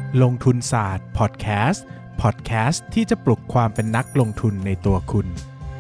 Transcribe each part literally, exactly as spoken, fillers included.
ลงทุนศาสตร์พอดแคสต์พอดแคสต์ที่จะปลุกความเป็นนักลงทุนในตัวคุณ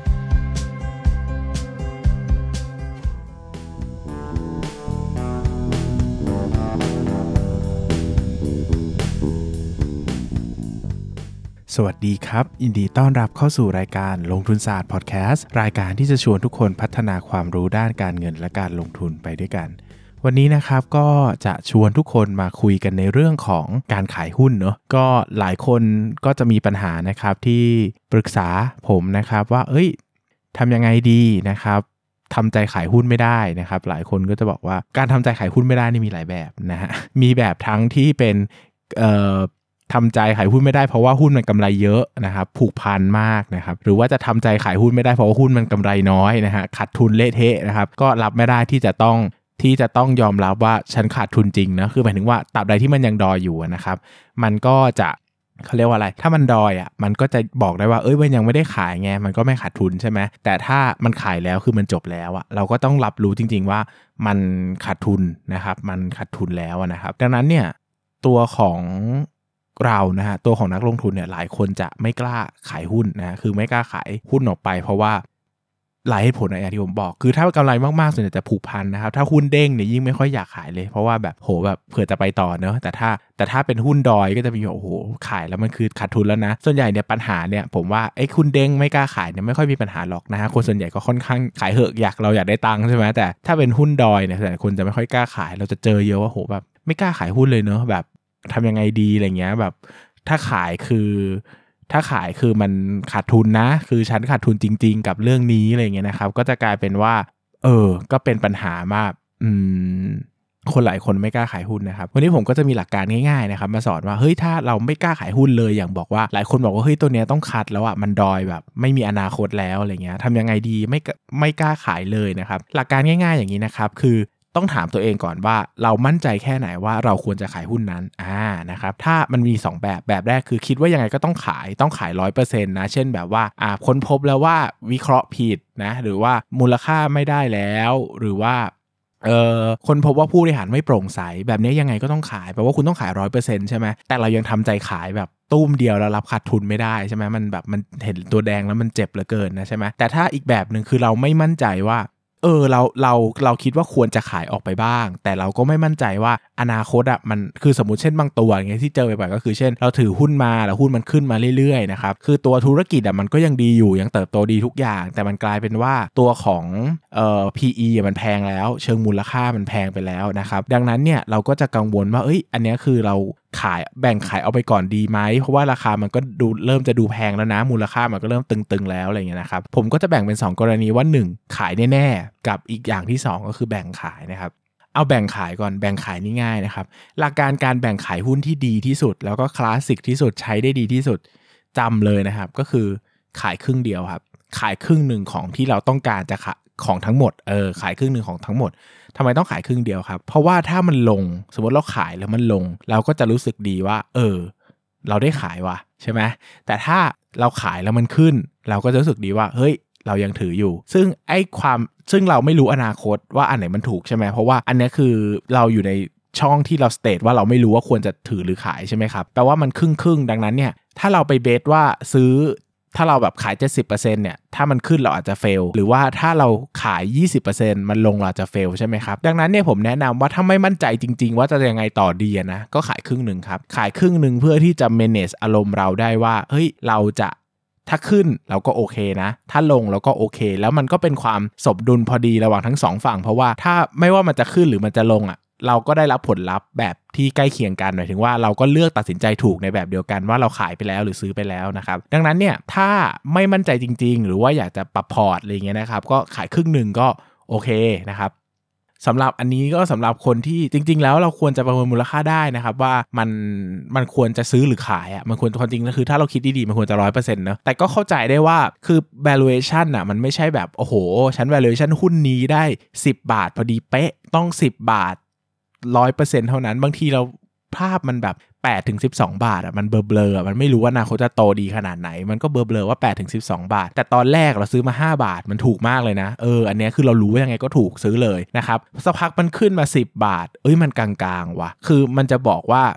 สวัสดีครับยินดีต้อนรับเข้าสู่รายการลงทุนศาสตร์พอดแคสต์รายการที่จะชวนทุกคนพัฒนาความรู้ด้านการเงินและการลงทุนไปด้วยกันวันนี้นะครับก็จะชวนทุกคนมาคุยกันในเรื่องของการขายหุ้นเนอะก็หลายคนก็จะมีปัญหานะครับที่ปรึกษาผมนะครับว่าเอ้ยทำยังไงดีนะครับทำใจขายหุ้นไม่ได้นะครับหลายคนก็จะบอกว่าการทำใจขายหุ้นไม่ได้นี่มีหลายแบบนะฮะมีแบบทั้งที่เป็นเอ่อทำใจขายหุ้นไม่ได้เพราะว่าหุ้นมันกำไรเยอะนะครับผูกพันมากนะครับหรือว่าจะทำใจขายหุ้นไม่ได้เพราะว่าหุ้นมันกำไรน้อยนะฮะขาดทุนเละเทะนะครับก็รับไม่ได้ที่จะต้องที่จะต้องยอมรับว่าฉันขาดทุนจริงนะคือหมายถึงว่าตราบใดที่มันยังดอยอยู่นะครับมันก็จะเขาเรียกว่าอะไรถ้ามันดอยอ่ะมันก็จะบอกได้ว่าเอ้ยมันยังไม่ได้ขายไงมันก็ไม่ขาดทุนใช่ไหมแต่ถ้ามันขายแล้วคือมันจบแล้วอ่ะเราก็ต้องรับรู้จริงๆว่ามันขาดทุนนะครับมันขาดทุนแล้วนะครับดังนั้นเนี่ยตัวของเรานะฮะตัวของนักลงทุนเนี่ยหลายคนจะไม่กล้าขายหุ้นนะคือไม่กล้าขายหุ้นออกไปเพราะว่าหลายเหตุผลอย่างที่ผมบอกคือถ้ากำไรมากๆส่วนใหญ่จะผูกพันนะครับถ้าหุ้นเด้งเนี่ยยิ่งไม่ค่อยอยากขายเลยเพราะว่าแบบโหแบบเผื่อจะไปต่อเนอะแต่ถ้าแต่ถ้าเป็นหุ้นดอยก็จะมีโอ้โหขายแล้วมันคือขาดทุนแล้วนะส่วนใหญ่เนี่ยปัญหาเนี่ยผมว่าไอ้หุ้นเด้งไม่กล้าขายเนี่ยไม่ค่อยมีปัญหาหรอกนะฮะคนส่วนใหญ่ก็ค่อนข้างขายเหอะอยากเราอยากได้ตังค์ใช่ไหมแต่ถ้าเป็นหุ้นดอยเนี่ยส่วนใหญ่คนจะไม่ค่อยกล้าขายเราจะเจอเยอะว่าโหแบบไม่กล้าขายหุ้นเลยเนอะแบบทำยังไงดีอะไรเงี้ยแบบถ้าขายคือถ้าขายคือมันขาดทุนนะคือฉันขาดทุนจริงๆกับเรื่องนี้อะไรเงี้ยนะครับก็จะกลายเป็นว่าเออก็เป็นปัญหามากอืมคนหลายคนไม่กล้าขายหุ้นนะครับวันนี้ผมก็จะมีหลักการง่ายๆนะครับมาสอนว่าเฮ้ยถ้าเราไม่กล้าขายหุ้นเลยอย่างบอกว่าหลายคนบอกว่าเฮ้ยตัวเนี้ยต้องคัดแล้วอ่ะมันดอยแบบไม่มีอนาคตแล้วอะไรเงี้ยทำยังไงดีไม่ไม่กล้าขายเลยนะครับหลักการง่ายๆอย่างนี้นะครับคือต้องถามตัวเองก่อนว่าเรามั่นใจแค่ไหนว่าเราควรจะขายหุ้นนั้นอ่านะครับถ้ามันมีสองแบบแบบแรกคือคิดว่ายังไงก็ต้องขายต้องขาย ร้อยเปอร์เซ็นต์ นะเช่นแบบว่าอ่าค้นพบแล้วว่าวิเคราะห์ผิดนะหรือว่ามูลค่าไม่ได้แล้วหรือว่าเอ่อคนพบว่าผู้บริหารไม่โปร่งใสแบบนี้ยังไงก็ต้องขายแปลว่าคุณต้องขาย ร้อยเปอร์เซ็นต์ ใช่ไหมแต่เรายังทำใจขายแบบตุ้มเดียวแล้วรับขาดทุนไม่ได้ใช่ไหมมันแบบมันเห็นตัวแดงแล้วมันเจ็บเหลือเกินนะใช่ไหมแต่ถ้าอีกแบบนึงคือเราไม่มั่นใจว่าเออเราเราเราคิดว่าควรจะขายออกไปบ้างแต่เราก็ไม่มั่นใจว่าอนาคตอ่ะมันคือสมมุติเช่นบางตัวอย่างเงี้ยที่เจอบ่อยๆก็คือเช่นเราถือหุ้นมาแล้วหุ้นมันขึ้นมาเรื่อยๆนะครับคือตัวธุรกิจอ่ะมันก็ยังดีอยู่ยังเติบโตดีทุกอย่างแต่มันกลายเป็นว่าตัวของเอ่อ พี อี มันแพงแล้วเชิงมูลค่ามันแพงไปแล้วนะครับดังนั้นเนี่ยเราก็จะกังวลว่าเอ้ยอันนี้คือเราขายแบ่งขายเอาไปก่อนดีไหมเพราะว่าราคามันก็ดูเริ่มจะดูแพงแล้วนะมูลค่ามันก็เริ่มตึงๆแล้วอะไรอย่างเงี้ยนะครับผมก็จะแบ่งเป็นสองกรณีว่าหนึ่งขายแน่ๆกับอีกอย่างที่สองก็คือแบ่งขายนะครับเอาแบ่งขายก่อนแบ่งขายนี่ง่ายนะครับหลักการการแบ่งขายหุ้นที่ดีที่สุดแล้วก็คลาสสิกที่สุดใช้ได้ดีที่สุดจำเลยนะครับก็คือขายครึ่งเดียวครับขายครึ่งหนึ่งของที่เราต้องการจะขายของทั้งหมดเออขายครึ่งหนึ่งของทั้งหมดทำไมต้องขายครึ่งเดียวครับเพราะว่าถ้ามันลงสมมติเราขายแล้วมันลงเราก็จะรู้สึกดีว่าเออเราได้ขายว่ะใช่ไหมแต่ถ้าเราขายแล้วมันขึ้นเราก็จะรู้สึกดีว่าเฮ้ยเรายังถืออยู่ซึ่งไอ้ความซึ่งเราไม่รู้อนาคตว่าอันไหนมันถูกใช่ไหมเพราะว่าอันนี้คือเราอยู่ในช่องที่เราสเตทว่าเราไม่รู้ว่าควรจะถือหรือขายใช่ไหมครับแปลว่ามันครึ่งครึ่งดังนั้นเนี่ยถ้าเราไปเบสว่าซื้อถ้าเราแบบขาย เจ็ดสิบเปอร์เซ็นต์ เนี่ยถ้ามันขึ้นเราอาจจะเฟลหรือว่าถ้าเราขาย ยี่สิบเปอร์เซ็นต์ มันลงเราจะเฟลใช่ไหมครับดังนั้นเนี่ยผมแนะนำว่าถ้าไม่มั่นใจจริงๆว่าจะยังไงต่อดีนะก็ขายครึ่งหนึ่งครับขายครึ่งหนึ่งเพื่อที่จะ manage อารมณ์เราได้ว่าเฮ้ยเราจะถ้าขึ้นเราก็โอเคนะถ้าลงเราก็โอเคแล้วมันก็เป็นความสมดุลพอดีระหว่างทั้งสองฝั่งเพราะว่าถ้าไม่ว่ามันจะขึ้นหรือมันจะลงอ่ะเราก็ได้รับผลลัพธ์แบบที่ใกล้เคียงกันหมายถึงว่าเราก็เลือกตัดสินใจถูกในแบบเดียวกันว่าเราขายไปแล้วหรือซื้อไปแล้วนะครับดังนั้นเนี่ยถ้าไม่มั่นใจจริงๆหรือว่าอยากจะปรับพอร์ตอะไรเงี้ยนะครับก็ขายครึ่งหนึ่งก็โอเคนะครับสำหรับอันนี้ก็สำหรับคนที่จริงๆแล้วเราควรจะประเมินมูลค่าได้นะครับว่ามันมันควรจะซื้อหรือขายอ่ะมันควรความจริงก็คือถ้าเราคิดดีๆมันควรจะ ร้อยเปอร์เซ็นต์ เนอะแต่ก็เข้าใจได้ว่าคือ valuation อ่ะมันไม่ใช่แบบโอ้โหฉัน valuation หุ้นนี้ได้สิบบาทพอดีเป๊ะต้องสิบบาท ร้อยเปอร์เซ็นต์ เท่านั้นบางทีเราภาพมันแบบ แปดถึงสิบสองบาทอ่ะมันเบลอๆอ่ะมันไม่รู้ว่าอนาคตจะโตดีขนาดไหนมันก็เบลอๆว่า แปดถึงสิบสองบาทแต่ตอนแรกเราซื้อมาห้าบาทมันถูกมากเลยนะเอออันนี้คือเรารู้ว่ายังไงก็ถูกซื้อเลยนะครับสักพักมันขึ้นมาสิบบาทเอ้ยมันกลางๆว่ะคือมันจะบอกว่า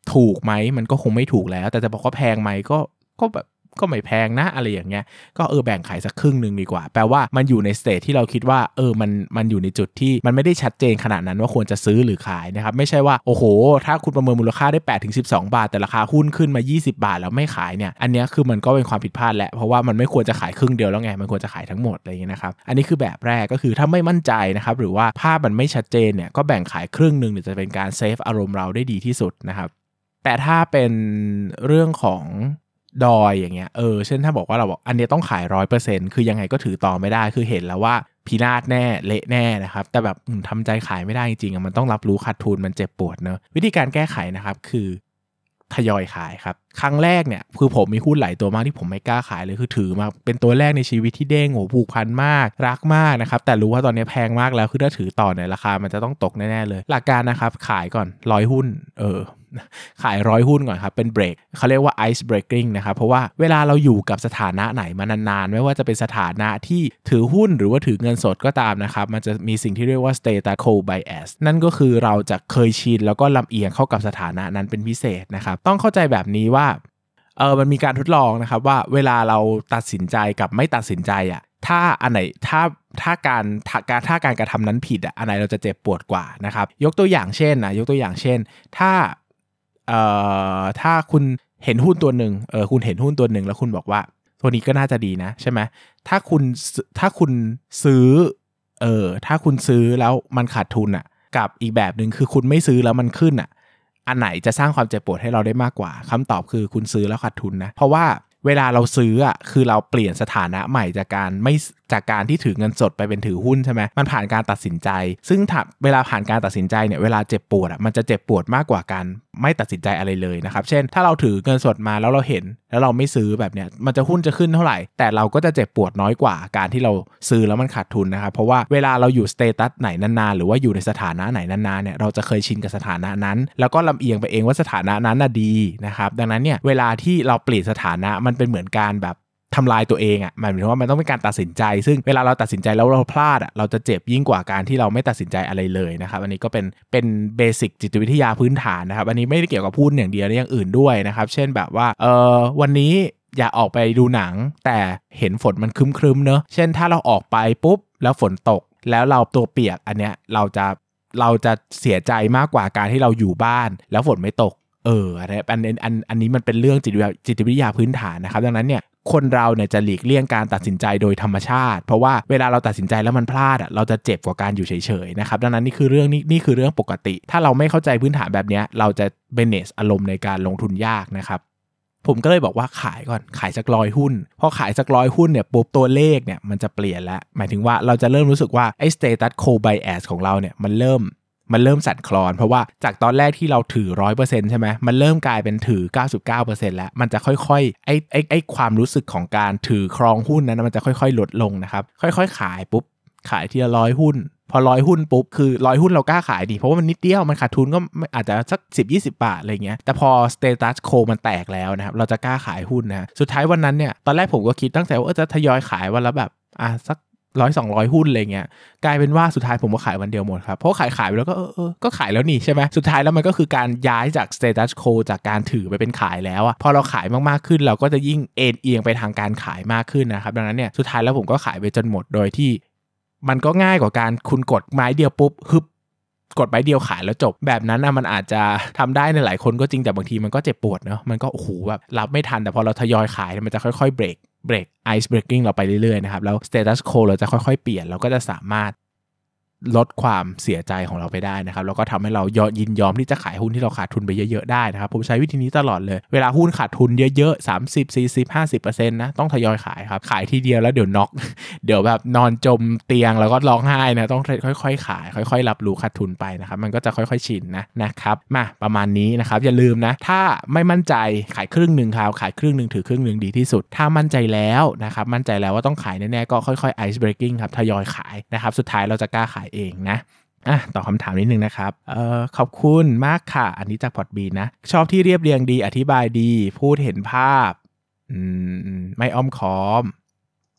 ถูกไหมมันก็คงไม่ถูกแล้วแต่จะบอกว่าแพงไหมก็ก็แบบก็ไม่แพงนะอะไรอย่างเงี้ยก็เออแบ่งขายสักครึ่งนึงดีกว่าแปลว่ามันอยู่ในสเตจที่เราคิดว่าเออมันมันอยู่ในจุดที่มันไม่ได้ชัดเจนขนาดนั้นว่าควรจะซื้อหรือขายนะครับไม่ใช่ว่าโอ้โหถ้าคุณประเมินมูลค่าได้ แปดถึงสิบสอง บาทแต่ราคาหุ้นขึ้นมายี่สิบบาทแล้วไม่ขายเนี่ยอันนี้คือมันก็เป็นความผิดพลาดแหละเพราะว่ามันไม่ควรจะขายครึ่งเดียวแล้วไงมันควรจะขายทั้งหมดอะไรอย่างเงี้ยนะครับอันนี้คือแบบแรกก็คือถ้าไม่มั่นใจนะครับหรือว่าภาพมันไม่ชัดเจนเนี่ยก็แบ่งขายครึ่งนึงเนี่ยจะเป็นการเซฟอารมณ์เราได้ดีที่สุดนะครับแต่ถ้าเป็นเรื่องของดอยอย่างเงี้ยเออเช่นถ้าบอกว่าเราบอกอันนี้ต้องขาย ร้อยเปอร์เซ็นต์ คือยังไงก็ถือต่อไม่ได้คือเห็นแล้วว่าพินาศแน่เละแน่นะครับแต่แบบทำใจขายไม่ได้จริงๆมันต้องรับรู้ขาดทุนมันเจ็บปวดเนอะวิธีการแก้ไขนะครับคือทยอยขายครับครั้งแรกเนี่ยคือผมมีหุ้นหลายตัวมากที่ผมไม่กล้าขายเลยคือถือมาเป็นตัวแรกในชีวิตที่เด้งโหผูกพันมากรักมากนะครับแต่รู้ว่าตอนนี้แพงมากแล้วคือถ้าถือต่อเนี่ยราคามันจะต้องตกแน่ๆเลยหลักการนะครับขายก่อนร้อยหุ้นเออขายร้อยหุ้นก่อนครับเป็นเบรกเขาเรียกว่า ice breaking นะครับเพราะว่าเวลาเราอยู่กับสถานะไหนมานานๆไม่ว่าจะเป็นสถานะที่ถือหุ้นหรือว่าถือเงินสดก็ตามนะครับมันจะมีสิ่งที่เรียกว่า status quo bias นั่นก็คือเราจะเคยชินแล้วก็ลำเอียงเข้ากับสถานะนั้นเป็นพิเศษนะครับต้องเข้าใจแบบนี้ว่าเออมันมีการทดลองนะครับว่าเวลาเราตัดสินใจกับไม่ตัดสินใจอ่ะถ้าอันไหนถ้าถ้าการถ้าการถ้าการกระทำนั้นผิดอ่ะอันไหนเราจะเจ็บปวดกว่านะครับยกตัวอย่างเช่นนะยกตัวอย่างเช่นถ้าเอ่อถ้าคุณเห็นหุ้นตัวหนึ่งเออคุณเห็นหุ้นตัวหนึ่งแล้วคุณบอกว่าตัวนี้ก็น่าจะดีนะใช่ไหมถ้าคุณถ้าคุณซื้อเออถ้าคุณซื้อแล้วมันขาดทุนอ่ะกับอีกแบบนึงคือคุณไม่ซื้อแล้วมันขึ้นอ่ะอันไหนจะสร้างความเจ็บปวดให้เราได้มากกว่าคำตอบคือคุณซื้อแล้วขาดทุนนะเพราะว่าเวลาเราซื้ออ่ะคือเราเปลี่ยนสถานะใหม่จากการไม่จากการที่ถือเงินสดไปเป็นถือหุ้นใช่ไหมมันผ่านการตัดสินใจซึ่งถ้าเวลาผ่านการตัดสินใจเนี่ยเวลาเจ็บปวดอ่ะมันจะเจ็บปวดมากกว่าการไม่ตัดสินใจอะไรเลยนะครับเช่นถ้าเราถือเงินสดมาแล้วเราเห็นแล้วเราไม่ซื้อแบบเนี้ยมันจะหุ้นจะขึ้นเท่าไหร่แต่เราก็จะเจ็บปวดน้อยกว่าการที่เราซื้อแล้วมันขาดทุนนะครับเพราะว่าเวลาเราอยู่สเตตัสไหนนานๆหรือว่าอยู่ในสถานะไหนนานๆเนี่ยเราจะเคยชินกับสถานะนั้นแล้วก็ลำเอียงไปเองว่าสถานะนั้นน่ะดีนะครับดังนั้นเนี่ยเวลาที่เราเปลี่ยนสถานะมันเป็นเหมือนการแบบทำลายตัวเองอ่ะหมายถึงว่ามันต้องเป็นการตัดสินใจซึ่งเวลาเราตัดสินใจแล้วเราพลาดอ่ะเราจะเจ็บยิ่งกว่าการที่เราไม่ตัดสินใจอะไรเลยนะครับอันนี้ก็เป็นเป็นเบสิกจิตวิทยาพื้นฐานนะครับอันนี้ไม่ได้เกี่ยวกับหุ้นอย่างเดียวและอย่างอื่นด้วยนะครับเช่นแบบว่าเออวันนี้อยากออกไปดูหนังแต่เห็นฝนมันครึ้มๆเนอะเช่นถ้าเราออกไปปุ๊บแล้วฝนตกแล้วเราตัวเปียกอันเนี้ยเราจะเราจะเสียใจมากกว่าการที่เราอยู่บ้านแล้วฝนไม่ตกเอออันนี้อันอันอันนี้มันเป็นเรื่องจิตวิทยาจิตวิทยาพื้นฐานนะครับดังนั้นเนี่ยคนเราเนี่ยจะหลีกเลี่ยงการตัดสินใจโดยธรรมชาติเพราะว่าเวลาเราตัดสินใจแล้วมันพลาดอ่ะเราจะเจ็บกว่าการอยู่เฉยๆนะครับดังนั้นนี่คือเรื่องนี้นี่คือเรื่องปกติถ้าเราไม่เข้าใจพื้นฐานแบบนี้เราจะ manage อารมณ์ในการลงทุนยากนะครับผมก็เลยบอกว่าขายก่อนขายสักร้อยหุ้นพอขายสักร้อยหุ้นเนี่ยปุ๊บตัวเลขเนี่ยมันจะเปลี่ยนแล้วหมายถึงว่าเราจะเริ่มรู้สึกว่าไอ้ status quo bias ของเราเนี่ยมันเริ่มมันเริ่มสั่นคลอนเพราะว่าจากตอนแรกที่เราถือ ร้อยเปอร์เซ็นต์ ใช่ไหมมันเริ่มกลายเป็นถือ เก้าสิบเก้าเปอร์เซ็นต์ แล้วมันจะค่อยๆไอ้ไอ้ไอ้ความรู้สึกของการถือครองหุ้นนั้นมันจะค่อยๆลดลงนะครับค่อยๆขายปุ๊บขายทีละร้อยหุ้นพอร้อยหุ้นปุ๊บคือร้อยหุ้นเรากล้าขายดีเพราะว่ามันนิดเดียวมันขาดทุนก็อาจจะสัก สิบถึงยี่สิบ บาทอะไรเงี้ยแต่พอ status quo มันแตกแล้วนะครับเราจะกล้าขายหุ้นนะสุดท้ายวันนั้นเนี่ยตอนแรกผมก็คิดตั้งแต่ว่าจะทยอยขายวันละแบบอ่ะสักร้อยสองร้อยหุ้นอะไรเงี้ยกลายเป็นว่าสุดท้ายผมก็ขายวันเดียวหมดครับเพราะขายขายไปแล้วก็เออเออก็ขายแล้วนี่ใช่ไหมสุดท้ายแล้วมันก็คือการย้ายจาก status quo จากการถือไปเป็นขายแล้วอะพอเราขายมากๆขึ้นเราก็จะยิ่งเอ็นเอียงไปทางการขายมากขึ้นนะครับดังนั้นเนี่ยสุดท้ายแล้วผมก็ขายไปจนหมดโดยที่มันก็ง่ายกว่าการคุณกดไม้เดียวปุ๊บฮึบกดไม้เดียวขายแล้วจบแบบนั้นนะมันอาจจะทำได้ในหลายคนก็จริงแต่บางทีมันก็เจ็บปวดเนาะมันก็โอ้โหแบบรับไม่ทันแต่พอเราทยอยขายมันจะค่อยๆเบรกเบรก ice breaking เราไปเรื่อยๆนะครับแล้ว status quo เราจะค่อยๆเปลี่ยนเราก็จะสามารถลดความเสียใจของเราไปได้นะครับแล้วก็ทำให้เรายินยอมที่จะขายหุ้นที่เราขาดทุนไปเยอะๆได้นะครับผมใช้วิธีนี้ตลอดเลยเวลาหุ้นขาดทุนเยอะๆสามสิบ สี่สิบ ห้าสิบเปอร์เซ็นต์ นะต้องทยอยขายครับขายทีเดียวแล้วเดี๋ยวน็อกเดี๋ยวแบบนอนจมเตียงแล้วก็ร้องไห้นะต้องค่อยๆขายค่อยๆรับรู้ขาดทุนไปนะครับมันก็จะค่อยๆชินนะนะครับมาประมาณนี้นะครับอย่าลืมนะถ้าไม่มั่นใจขายครึ่งนึงครับขายครึ่งนึงถือครึ่งนึงดีที่สุดถ้ามั่นใจแล้วนะครับมั่นใจแล้วว่าต้องขายแน่ๆก็ค่อยๆ ice breaking ครับทยอยขายนะครับสุดท้ายเราจะกล้าขายเองนะอ่ะตอบคำถามนิดนึงนะครับเอ่อขอบคุณมากค่ะอันนี้จากพอดบีนะชอบที่เรียบเรียงดีอธิบายดีพูดเห็นภาพอืมไม่อ้อมค้อม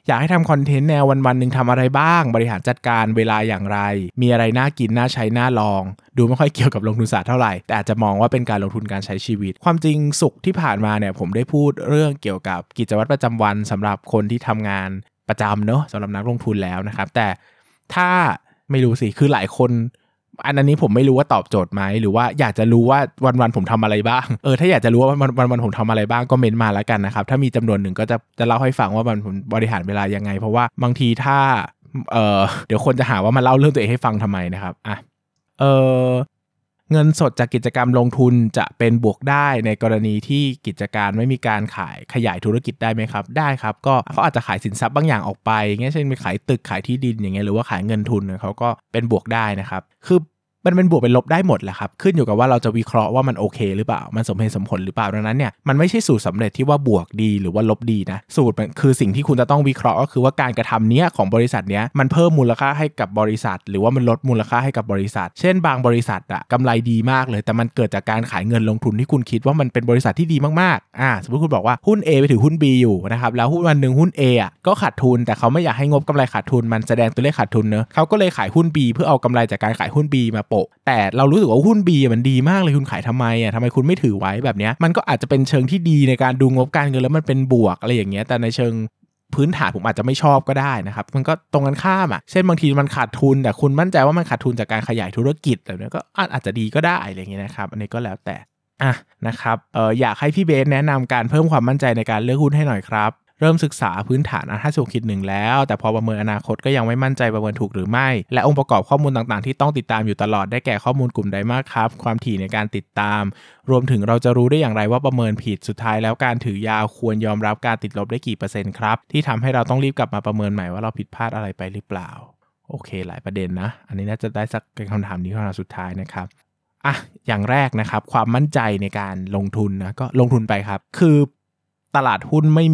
อยากให้ทำคอนเทนต์แนววันๆหนึ่งทำอะไรบ้างบริหารจัดการเวลาอย่างไรมีอะไรน่ากินน่าใช้น่าลองดูไม่ค่อยเกี่ยวกับลงทุนศาสตร์เท่าไหร่แต่อาจจะมองว่าเป็นการลงทุนการใช้ชีวิตความจริงศุกร์ที่ผ่านมาเนี่ยผมได้พูดเรื่องเกี่ยวกับกิจวัตรประจำวันสำหรับคนที่ทำงานประจำเนอะสำหรับนักลงทุนแล้วนะครับแต่ถ้าไม่รู้สิคือหลายคนอันนี้ผมไม่รู้ว่าตอบโจทย์ไหมหรือว่าอยากจะรู้ว่าวันๆผมทำอะไรบ้างเออถ้าอยากจะรู้ว่าวันๆผมทำอะไรบ้างก็เมนต์มาแล้วกันนะครับถ้ามีจำนวนหนึ่งก็จะจะเล่าให้ฟังว่ามันผมบริหารเวลายังไงเพราะว่าบางทีถ้าเออเดี๋ยวคนจะหาว่ามาเล่าเรื่องตัวเองให้ฟังทำไมนะครับอ่ะเออเงินสดจากกิจกรรมลงทุนจะเป็นบวกได้ในกรณีที่กิจการไม่มีการขายขยายธุรกิจได้ไหมครับได้ครับก็เขาอาจจะขายสินทรัพย์บางอย่างออกไปเงี้ยเช่นไปขายตึกขายที่ดินอย่างเงี้ยหรือว่าขายเงินทุนเขาก็เป็นบวกได้นะครับคือมันเป็นบวกเป็นลบได้หมดแหละครับขึ้นอยู่กับว่าเราจะวิเคราะห์ว่ามันโอเคหรือเปล่ามันสมเหตุสมผลหรือเปล่าดังนั้นเนี่ยมันไม่ใช่สูตรสำเร็จที่ว่าบวกดีหรือว่าลบดีนะสูตรมันคือสิ่งที่คุณจะต้องวิเคราะห์ก็คือว่าการกระทำเนี้ยของบริษัทเนี้ยมันเพิ่มมูลค่าให้กับบริษัทหรือว่ามันลดมูลค่าให้กับบริษัทเช่นบางบริษัทอะกำไรดีมากเลยแต่มันเกิดจากการขายเงินลงทุนที่คุณคิดว่ามันเป็นบริษัทที่ดีมากๆอ่าสมมติคุณบอกว่าหุ้น A ไปถือหุ้น B อยู่นะครับแล้วหุ้นวันนึงหุ้น A อ่ะก็ขาดทุนแต่เขาไม่อยากให้งบกำไรขาดทุนมันแสดงตัวเลขขาดทุนเนอะเขาก็เลยขายหุ้น B เพื่อเอากำไรจากการขายหุ้น B มาโปะแต่เรารู้สึกว่าหุ้น B มันดีมากเลยคุณขายทำไมอ่ะทำไมคุณไม่ถือไว้แบบเนี้ยมันก็อาจจะเป็นเชิงที่ดีในการดูงบการเงินแล้วมันเป็นบวกอะไรอย่างเงี้ยแต่ในเชิงพื้นฐานผมอาจจะไม่ชอบก็ได้นะครับมันก็ตรงกันข้ามอ่ะเช่นบางทีมันขาดทุนแต่คุณมั่นใจว่ามันขาดทุนจากการขยายธุรกิจแบบนี้ก็อาจจะดีก็ได้อะไรอย่างเงี้ยนะครับอันนี้ก็แล้วแต่อ่ะนะครับเอออยากให้พี่เบสแนะนำการเพิ่มความมั่นใจในการเลือกหุ้นให้หน่อยครับเริ่มศึกษาพื้นฐานอันห้าสิบหกจุดหนึ่งแล้วแต่พอประเมินอนาคตก็ยังไม่มั่นใจประเมินถูกหรือไม่และองค์ประกอบข้อมูลต่างๆที่ต้องติดตามอยู่ตลอดได้แก่ข้อมูลกลุ่มใดมากครับความถี่ในการติดตามรวมถึงเราจะรู้ได้อย่างไรว่าประเมินผิดสุดท้ายแล้วการถือยาวควรยอมรับการติดลบได้กี่เปอร์เซ็นต์ครับที่ทำให้เราต้องรีบกลับมาประเมินใหม่ว่าเราผิดพลาดอะไรไปหรือเปล่าโอเคหลายประเด็นนะอันนี้น่าจะได้สักเป็นคำถามนี้คำถามสุดท้ายนะครับอ่ะอย่างแรกนะครับความมั่นใจในการลงทุนนะก็ลงทุนไปครับคือตลาดหุ้นไม่มี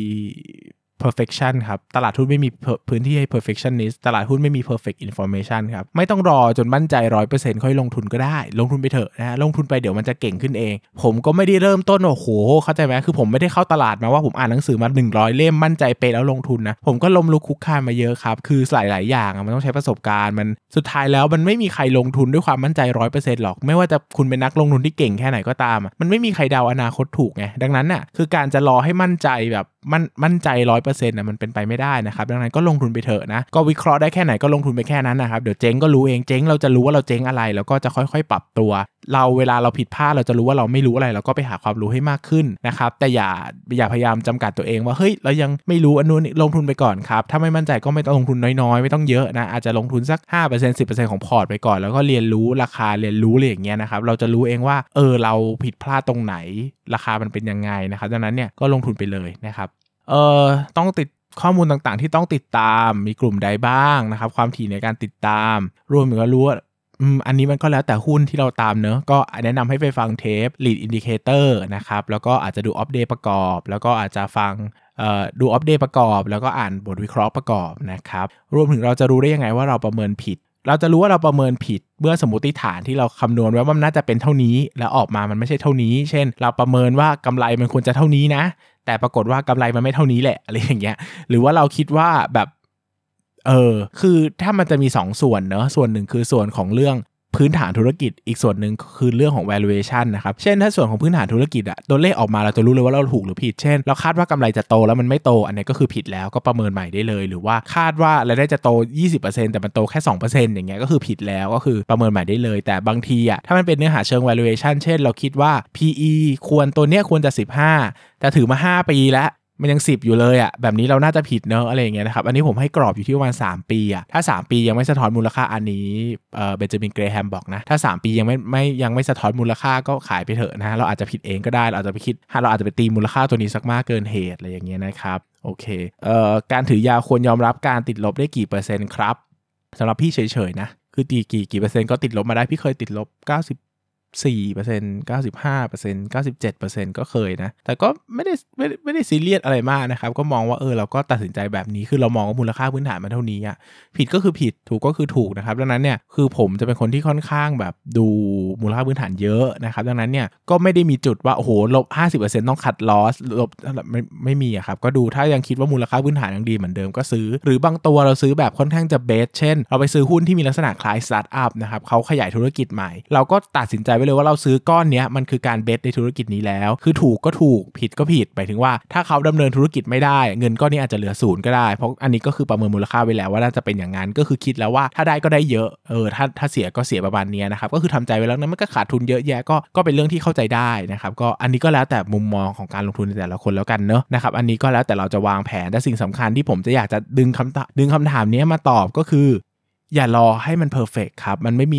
perfection ครับตลาดหุ้นไม่มีพื้นที่ให้ perfectionist ตลาดหุ้นไม่มี perfect information ครับไม่ต้องรอจนมั่นใจ ร้อยเปอร์เซ็นต์ ค่อยลงทุนก็ได้ลงทุนไปเถอะนะลงทุนไปเดี๋ยวมันจะเก่งขึ้นเองผมก็ไม่ได้เริ่มต้นโอ้โหเข้าใจไหมคือผมไม่ได้เข้าตลาดมาว่าผมอ่านหนังสือมาหนึ่งร้อยเล่มมั่นใจไปแล้วลงทุนนะผมก็ล้มลุกคลุกคลานมาเยอะครับคือหลายๆอย่างมันต้องใช้ประสบการณ์มันสุดท้ายแล้วมันไม่มีใครลงทุนด้วยความมั่นใจ ร้อยเปอร์เซ็นต์ หรอกไม่ว่าจะคุณเป็นนักลงทุนที่เก่งแค่ไหนก็ตามมันไม่มีใครเดาอนาคตถูกไงดังนั้นน่ะคือการจะรอให้มั่นใจแบบมั่นมั่นใจ ร้อยเปอร์เซ็นต์ น่ะมันเป็นไปไม่ได้นะครับดังนั้นก็ลงทุนไปเถอะนะก็วิเคราะห์ได้แค่ไหนก็ลงทุนไปแค่นั้นนะครับเดี๋ยวเจ๊งก็รู้เองเจ๊งเราจะรู้ว่าเราเจ๊งอะไรแล้วก็จะค่อยๆปรับตัวเราเวลาเราผิดพลาดเราจะรู้ว่าเราไม่รู้อะไรเราก็ไปหาความรู้ให้มากขึ้นนะครับแต่อย่าอย่าพยายามจำกัดตัวเองว่าเฮ้ยเรายังไม่รู้อันนู้นลงทุนไปก่อนครับถ้าไม่มั่นใจก็ไม่ต้องลงทุนน้อยๆไม่ต้องเยอะนะอาจจะลงทุนสัก ห้าเปอร์เซ็นต์ สิบเปอร์เซ็นต์ ของพอร์ตไปก่อนแล้วก็เรียนรู้ราคาเรียนรู้อะไรอย่างเงี้ยนะครับเราจะรู้เองว่าเออเราผิดพลาดตรงไหนราคามันเป็นยังไงนะครับดังนั้นเนี่ยก็ลงทุนไปเลยนะครับเอ่อต้องติดข้อมูลต่างๆที่ต้องติดตามมีกลุ่มใดบ้างนะครับความถี่ในการติดตามรวมถึงก็รู้ว่าอืมอันนี้มันก็แล้วแต่หุ้นที่เราตามเนอะก็แนะนำให้ไปฟังเทป Lead Indicator นะครับแล้วก็อาจจะดู Off Day ประกอบแล้วก็อาจจะฟังเอ่อดู Off Day ประกอบแล้วก็อ่านบทวิเคราะห์ประกอบนะครับรวมถึงเราจะรู้ได้ยังไงว่าเราประเมินผิดเราจะรู้ว่าเราประเมินผิดเมื่อสมมติฐานที่เราคำนวณไว้ว่ามันน่าจะเป็นเท่านี้แล้วออกมามันไม่ใช่เท่านี้เช่นเราประเมินว่ากำไรมันควรจะเท่านี้นะแต่ปรากฏว่ากำไรมันไม่เท่านี้แหละอะไรอย่างเงี้ยหรือว่าเราคิดว่าแบบเออคือถ้ามันจะมีสองส่วนเนอะส่วนหนึ่งคือส่วนของเรื่องพื้นฐานธุรกิจอีกส่วนหนึ่งคือเรื่องของ valuation นะครับเช่นถ้าส่วนของพื้นฐานธุรกิจอะตัวเลขออกมาเราจะรู้เลยว่าเราถูกหรือผิดเช่นเราคาดว่ากำไรจะโตแล้วมันไม่โตอันนี้ก็คือผิดแล้วก็ประเมินใหม่ได้เลยหรือว่าคาดว่ารายได้จะโต ยี่สิบเปอร์เซ็นต์ แต่มันโตแค่ สองเปอร์เซ็นต์ อย่างเงี้ยก็คือผิดแล้วก็คือประเมินใหม่ได้เลยแต่บางทีอะถ้ามันเป็นเนื้อหาเชิง valuation เช่นเราคิดว่า พี อี ควรตัวเนี้ยควรจะสิบห้าแต่ถือมาห้าปีแล้วมันยังสิบอยู่เลยอ่ะแบบนี้เราน่าจะผิดเนอะอะไรอย่างเงี้ยนะครับอันนี้ผมให้กรอบอยู่ที่ประมาณสามปีอ่ะถ้าสามปียังไม่สะท้อนมูลค่าอันนี้เอ่อเบนจามินเกรแฮมบอกนะถ้าสามปียังไม่ไม่ยังไม่สะท้อนมูลค่าก็ขายไปเถอะนะเราอาจจะผิดเองก็ได้เราอาจจะไปคิดเราอาจจะไปตีมูลค่าตัวนี้สักมากเกินเหตุอะไรอย่างเงี้ยนะครับโอเคเอ่อการถือยาวควรยอมรับการติดลบได้กี่เปอร์เซ็นต์ครับสำหรับพี่เฉยๆนะคือตีกี่กี่เปอร์เซ็นต์ก็ติดลบมาได้พี่เคยติดลบเก้าสิบสี่เปอร์เซ็นต์ เก้าสิบห้าเปอร์เซ็นต์ เก้าสิบเจ็ดเปอร์เซ็นต์ ก็เคยนะแต่ก็ไม่ได้ไม่ได้ไม่ได้ซีเรียสอะไรมากนะครับก็มองว่าเออเราก็ตัดสินใจแบบนี้คือเรามองว่ามูลค่าพื้นฐานมันเท่านี้อ่ะผิดก็คือผิดถูกก็คือถูกนะครับดังนั้นเนี่ยคือผมจะเป็นคนที่ค่อนข้างแบบดูมูลค่าพื้นฐานเยอะนะครับดังนั้นเนี่ยก็ไม่ได้มีจุดว่าโอ้โหลบ ห้าสิบเปอร์เซ็นต์ ต้องคัดลอสลบไม่ไม่มีอ่ะครับก็ดูถ้ายังคิดว่ามูลค่าพื้นฐานยังดีเหมือนเดิมก็ซื้อหรือบางตัวเราซื้อแบบค่อนข้างจะเบสเช่นเราไปซื้อหุ้นที่มีลักษณะคล้ายสตาร์ทอัพนะครับเขาขยายธุรกิจใหม่เราก็ตัดสินใจไว้เลยว่าเราซื้อก้อนเนี้ยมันคือการเบสในธุรกิจนี้แล้วคือถูกก็ถูกผิดก็ผิดหมายถึงว่าถ้าเขาดำเนินธุรกิจไม่ได้เงินก้อนนี้อาจจะเหลือศูนย์ก็ได้เพราะอันนี้ก็คือประเมินมูลค่าไว้แล้วว่าน่าจะเป็นอย่างนั้นก็คือคิดแล้วว่าถ้าได้ก็ได้เยอะเออถ้าถ้าเสียก็เสียประมาณนี้นะครับก็คือทำใจไว้แล้วนั้นมันก็ขาดทุนเยอะแยะก็ก็เป็นเรื่องที่เข้าใจได้นะครับก็อันนี้ก็แล้วแต่มุมมองของการลงทุนในแต่ละคนแล้วกันเนอะนะครับอันนี้ก็แล้วแต่เราจะวางแผนแต่สิ่งสำคัญที่ผมจะอยากจะดึงคำตอบดึงคำถามนี้มาตอบก็คืออย่ารอให้มันเพอร์เฟคครับมันไม่มี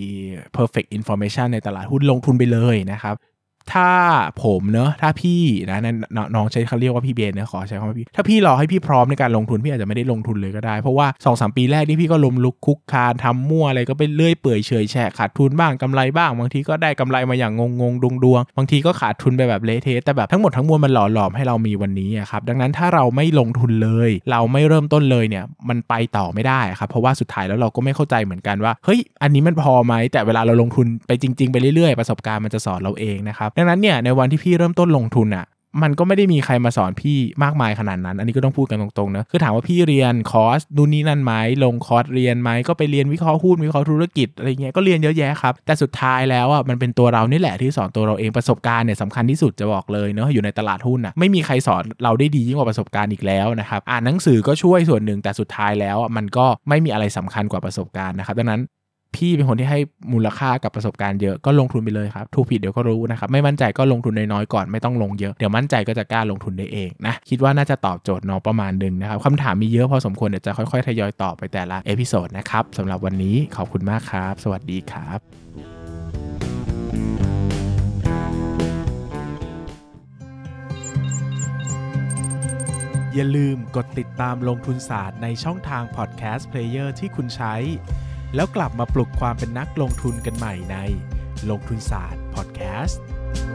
perfect information ในตลาดหุ้นลงทุนไปเลยนะครับถ้าผมเนอะถ้าพี่นะน้องใช้เขาเรียกว่าพี่เบนนะขอใช้คำว่าพี่ถ้าพี่รอให้พี่พร้อมในการลงทุนพี่อาจจะไม่ได้ลงทุนเลยก็ได้เพราะว่า สองถึงสาม ปีแรกนี่พี่ก็ล้มลุกคุกคานทำมั่วอะไรก็ไปเลื่อยเปื่อยเฉยแฉะขาดทุนบ้างกำไรบ้างบางทีก็ได้กำไรมาอย่างงงๆดวงๆบางทีก็ขาดทุนไปแบบเละเทะแต่แบบทั้งหมดทั้งมวลมันหล่อหลอมให้เรามีวันนี้ครับดังนั้นถ้าเราไม่ลงทุนเลยเราไม่เริ่มต้นเลยเนี่ยมันไปต่อไม่ได้ครับเพราะว่าสุดท้ายแล้วเราก็ไม่เข้าใจเหมือนกันว่าเฮ้ยอันนี้มันพอไหมแต่เวลาเราลงทุนไปจริงๆไปเรื่อยๆประสบการณ์มันจะสอนเราเองนะครับดังนั้นเนี่ยในวันที่พี่เริ่มต้นลงทุนอ่ะมันก็ไม่ได้มีใครมาสอนพี่มากมายขนาดนั้นอันนี้ก็ต้องพูดกันตรงๆนะคือถามว่าพี่เรียนคอร์สนู่นนี่นั่นไหมลงคอร์สเรียนไหมก็ไปเรียนวิเคราะห์หุ้นวิเคราะห์ธุรกิจอะไรเงี้ยก็เรียนเยอะแยะครับแต่สุดท้ายแล้วอ่ะมันเป็นตัวเรานี่แหละที่สอนตัวเราเองประสบการณ์เนี่ยสำคัญที่สุดจะบอกเลยเนาะอยู่ในตลาดหุ้นอ่ะไม่มีใครสอนเราได้ดียิ่งกว่าประสบการณ์อีกแล้วนะครับอ่านหนังสือก็ช่วยส่วนหนึ่งแต่สุดท้ายแล้วมันก็ไม่มีอะไรสำคัญกว่าประสบการณ์นะครับดังนั้นพี่เป็นคนที่ให้มูลค่ากับประสบการณ์เยอะก็ลงทุนไปเลยครับถูกผิดเดี๋ยวก็รู้นะครับไม่มั่นใจก็ลงทุนน้อยๆก่อนไม่ต้องลงเยอะเดี๋ยวมั่นใจก็จะกล้าลงทุนได้เองนะคิดว่าน่าจะตอบโจทย์น้องประมาณนึงนะครับคำถามมีเยอะพอสมควรเดี๋ยวจะค่อยๆทยอยตอบไปแต่ละเอพิโซดนะครับสำหรับวันนี้ขอบคุณมากครับสวัสดีครับอย่าลืมกดติดตามลงทุนศาสตร์ในช่องทางพอดแคสต์เพลเยอร์ที่คุณใช้แล้วกลับมาปลุกความเป็นนักลงทุนกันใหม่ในลงทุนศาสตร์พอดแคสต์